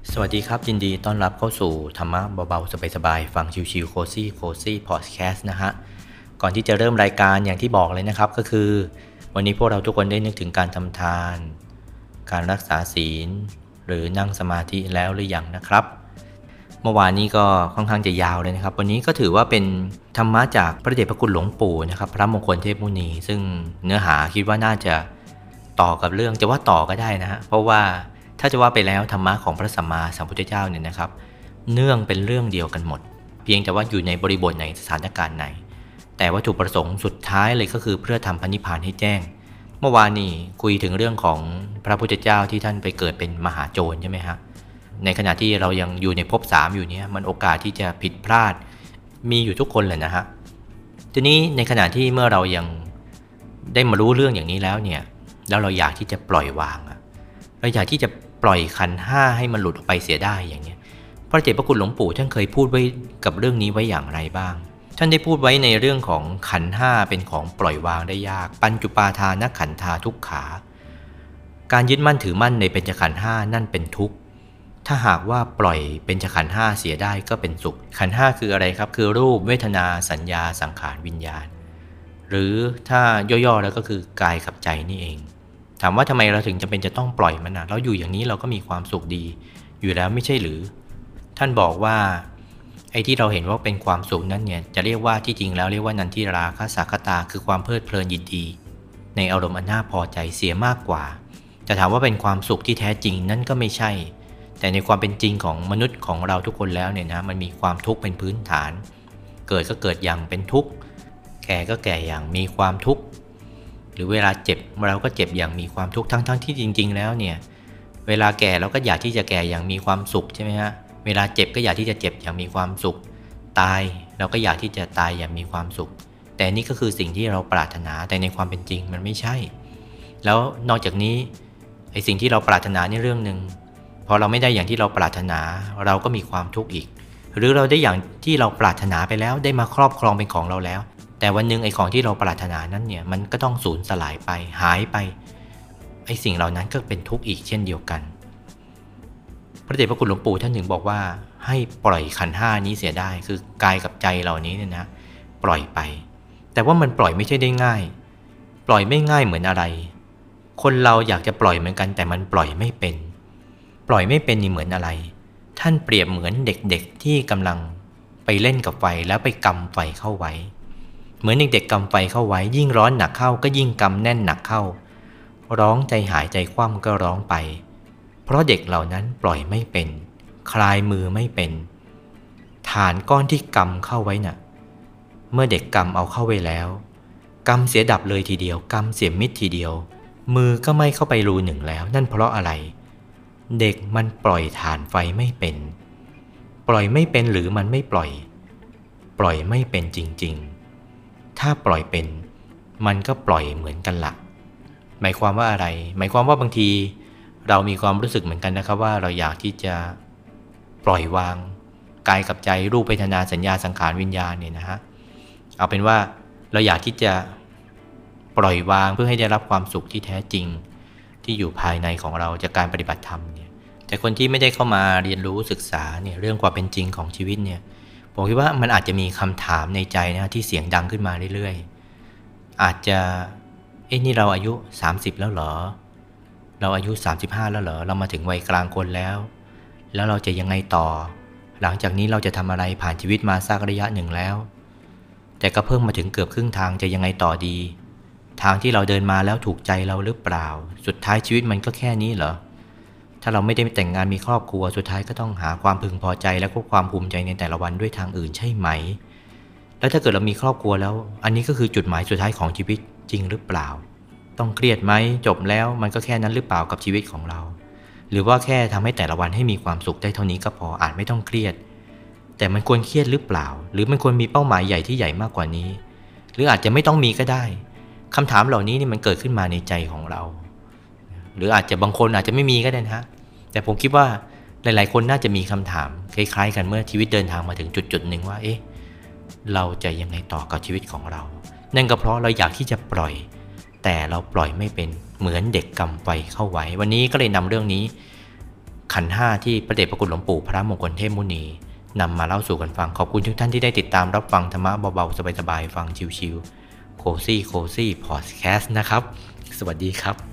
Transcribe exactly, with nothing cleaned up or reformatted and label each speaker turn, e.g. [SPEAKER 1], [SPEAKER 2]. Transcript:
[SPEAKER 1] สวัสดีครับยินดีต้อนรับเข้าสู่ธรรมะเบาๆสบายๆฟังชิวๆโคซี่โคซี่พอดแคสต์นะฮะก่อนที่จะเริ่มรายการอย่างที่บอกเลยนะครับก็คือวันนี้พวกเราทุกคนได้นึกถึงการทำทานการรักษาศีลหรือนั่งสมาธิแล้วหรือยังนะครับเมื่อวานนี้ก็ค่อนข้างจะยาวเลยนะครับวันนี้ก็ถือว่าเป็นธรรมะจากพระเดชพระคุณหลวงปู่นะครับพระมงคลเทพมุนีซึ่งเนื้อหาคิดว่าน่าจะต่อกับเรื่องจะว่าต่อก็ได้นะฮะเพราะว่าถ้าจะว่าไปแล้วธรรมะของพระสัมมาสัมพุทธเจ้าเนี่ยนะครับเนื่องเป็นเรื่องเดียวกันหมดเพียงแต่ว่าอยู่ในบริบทไหนสถานการณ์ไหนแต่วัตถุประสงค์สุดท้ายเลยก็คือเพื่อทำพระนิพพานให้แจ้งเมื่อวานนี้คุยถึงเรื่องของพระพุทธเจ้าที่ท่านไปเกิดเป็นมหาโจรใช่ไหมฮะในขณะที่เรายังอยู่ในภพสามอยู่เนี่ยมันโอกาสที่จะผิดพลาดมีอยู่ทุกคนเลยนะฮะทีนี้ในขณะที่เมื่อเรายังได้มารู้เรื่องอย่างนี้แล้วเนี่ยแล้วเราอยากที่จะปล่อยวางเราอยากที่จะปล่อยขันธ์ห้าให้มันหลุดออกไปเสียได้อย่างนี้พระเดชพระคุณหลวงปู่ท่านเคยพูดไว้กับเรื่องนี้ไว้อย่างไรบ้างท่านได้พูดไว้ในเรื่องของขันธ์ห้าเป็นของปล่อยวางได้ยากปัญจุปาทานขันธาทุกขาการยึดมั่นถือมั่นในเบญจขันธ์ห้านั่นเป็นทุกข์ถ้าหากว่าปล่อยเบญจขันธ์ห้าเสียได้ก็เป็นสุขขันธ์ห้าคืออะไรครับคือรูปเวทนาสัญญาสังขารวิญญาณหรือถ้าย่อๆแล้วก็คือกายกับใจนี่เองถามว่าทำไมเราถึงจำเป็นจะต้องปล่อยมันนะเราอยู่อย่างนี้เราก็มีความสุขดีอยู่แล้วไม่ใช่หรือท่านบอกว่าไอ้ที่เราเห็นว่าเป็นความสุขนั้นเนี่ยจะเรียกว่าที่จริงแล้วเรียกว่านันทิราคะสักขตาคือความเพลิดเพลินยินดีในอารมณ์อันน่าพอใจเสียมากกว่าจะถามว่าเป็นความสุขที่แท้จริงนั่นก็ไม่ใช่แต่ในความเป็นจริงของมนุษย์ของเราทุกคนแล้วเนี่ยนะมันมีความทุกข์เป็นพื้นฐานเกิดก็เกิดอย่างเป็นทุกข์แก่ก็แก่อย่างมีความทุกข์หรือเวลาเจ็บเราก็เจ็บอย่างมีความทุกข์ทั้งๆที่จริงๆแล้วเนี่ยเวลาแก่เราก็อยากที่จะแก่อย่างมีความสุขใช่ไหมฮะเวลาเจ็บก็อยากที่จะเจ็บอย่างมีความสุขตายเราก็อยากที่จะตายอย่างมีความสุขแต่นี่ก็คือสิ่งที่เราปรารถนาแต่ในความเป็นจริงมันไม่ใช่แล้วนอกจากนี้ไอ้สิ่งที่เราปรารถนาในเรื่องนึงพอเราไม่ได้อย่างที่เราปรารถนาเราก็มีความทุกข์อีกหรือเราได้อย่างที่เราปรารถนาไปแล้วได้มาครอบครองเป็นของเราแล้วแต่วันนึงไอ้ของที่เราปรารถนานั้นเนี่ยมันก็ต้องสูญสลายไปหายไปไอ้สิ่งเหล่านั้นก็เป็นทุกข์อีกเช่นเดียวกันพระเดชพระคุณหลวงปู่ท่านถึงบอกว่าให้ปล่อยขันธ์ห้านี้เสียได้คือกายกับใจเหล่านี้เนี่ยนะปล่อยไปแต่ว่ามันปล่อยไม่ใช่ได้ง่ายปล่อยไม่ง่ายเหมือนอะไรคนเราอยากจะปล่อยเหมือนกันแต่มันปล่อยไม่เป็นปล่อยไม่เป็นนี่เหมือนอะไรท่านเปรียบเหมือนเด็กๆที่กำลังไปเล่นกับไฟแล้วไปกำไฟเข้าไว้เหมือนเด็กๆกำไฟเข้าไว้ยิ่งร้อนหนักเข้าก็ยิ่งกำแน่นหนักเข้าร้องใจหายใจคว่ำก็ร้องไปเพราะเด็กเหล่านั้นปล่อยไม่เป็นคลายมือไม่เป็นฐานก้อนที่กำเข้าไว้น่ะเมื่อเด็กกำเอาเข้าไว้แล้วกำเสียดับเลยทีเดียวกำเสียมิดทีเดียวมือก็ไม่เข้าไปรูหนึ่งแล้วนั่นเพราะอะไรเด็กมันปล่อยฐานไฟไม่เป็นปล่อยไม่เป็นหรือมันไม่ปล่อยปล่อยไม่เป็นจริงๆถ้าปล่อยเป็นมันก็ปล่อยเหมือนกันละหมายความว่าอะไรหมายความว่าบางทีเรามีความรู้สึกเหมือนกันนะครับว่าเราอยากที่จะปล่อยวางกายกับใจรูปเวทนาสัญญาสังขารวิญญาณเนี่ยนะฮะเอาเป็นว่าเราอยากที่จะปล่อยวางเพื่อให้ได้รับความสุขที่แท้จริงที่อยู่ภายในของเราจากการปฏิบัติธรรมเนี่ยแต่คนที่ไม่ได้เข้ามาเรียนรู้ศึกษาเนี่ยเรื่องความเป็นจริงของชีวิตเนี่ยผมคิดว่ามันอาจจะมีคำถามในใจนะที่เสียงดังขึ้นมาเรื่อยๆอาจจะเอ๊ะนี่เราอายุสามสิบแล้วเหรอเราอายุสามสิบห้าแล้วเหรอเรามาถึงวัยกลางคนแล้วแล้วเราจะยังไงต่อหลังจากนี้เราจะทำอะไรผ่านชีวิตมาสักระยะหนึ่งแล้วแต่ก็เพิ่มมาถึงเกือบครึ่งทางจะยังไงต่อดีทางที่เราเดินมาแล้วถูกใจเราหรือเปล่าสุดท้ายชีวิตมันก็แค่นี้เหรอถ้าเราไม่ได้แต่งงานมีครอบครัวสุดท้ายก็ต้องหาความพึงพอใจและก็ความภูมิใจในแต่ละวันด้วยทางอื่นใช่ไหมแล้วถ้าเกิดเรามีครอบครัวแล้วอันนี้ก็คือจุดหมายสุดท้ายของชีวิตจริงหรือเปล่าต้องเครียดไหมจบแล้วมันก็แค่นั้นหรือเปล่ากับชีวิตของเราหรือว่าแค่ทำให้แต่ละวันให้มีความสุขได้เท่านี้ก็พออาจไม่ต้องเครียดแต่มันควรเครียดหรือเปล่าหรือมันควรมีเป้าหมายใหญ่ที่ใหญ่มากกว่านี้หรืออาจจะไม่ต้องมีก็ได้คำถามเหล่านี้นี่มันเกิดขึ้นมาในใจของเราหรืออาจจะบางคนอาจจะไม่มีก็ได้นะฮะแต่ผมคิดว่าหลายๆคนน่าจะมีคำถามคล้ายๆกันเมื่อชีวิตเดินทางมาถึงจุดๆหนึ่งว่าเอ๊ะเราจะยังไงต่อกับชีวิตของเรานั่นก็เพราะเราอยากที่จะปล่อยแต่เราปล่อยไม่เป็นเหมือนเด็กกำไฟเข้าไว้วันนี้ก็เลยนำเรื่องนี้ขันธ์ห้าที่พระเดชพระคุณหลวงปู่พระมงคลเทพมุนีนำมาเล่าสู่กันฟังขอบคุณทุกท่านที่ได้ติดตามรับฟังธรรมะเบาๆสบายๆฟังชิวๆโคซี่โคซี่พอดแคสต์นะครับสวัสดีครับ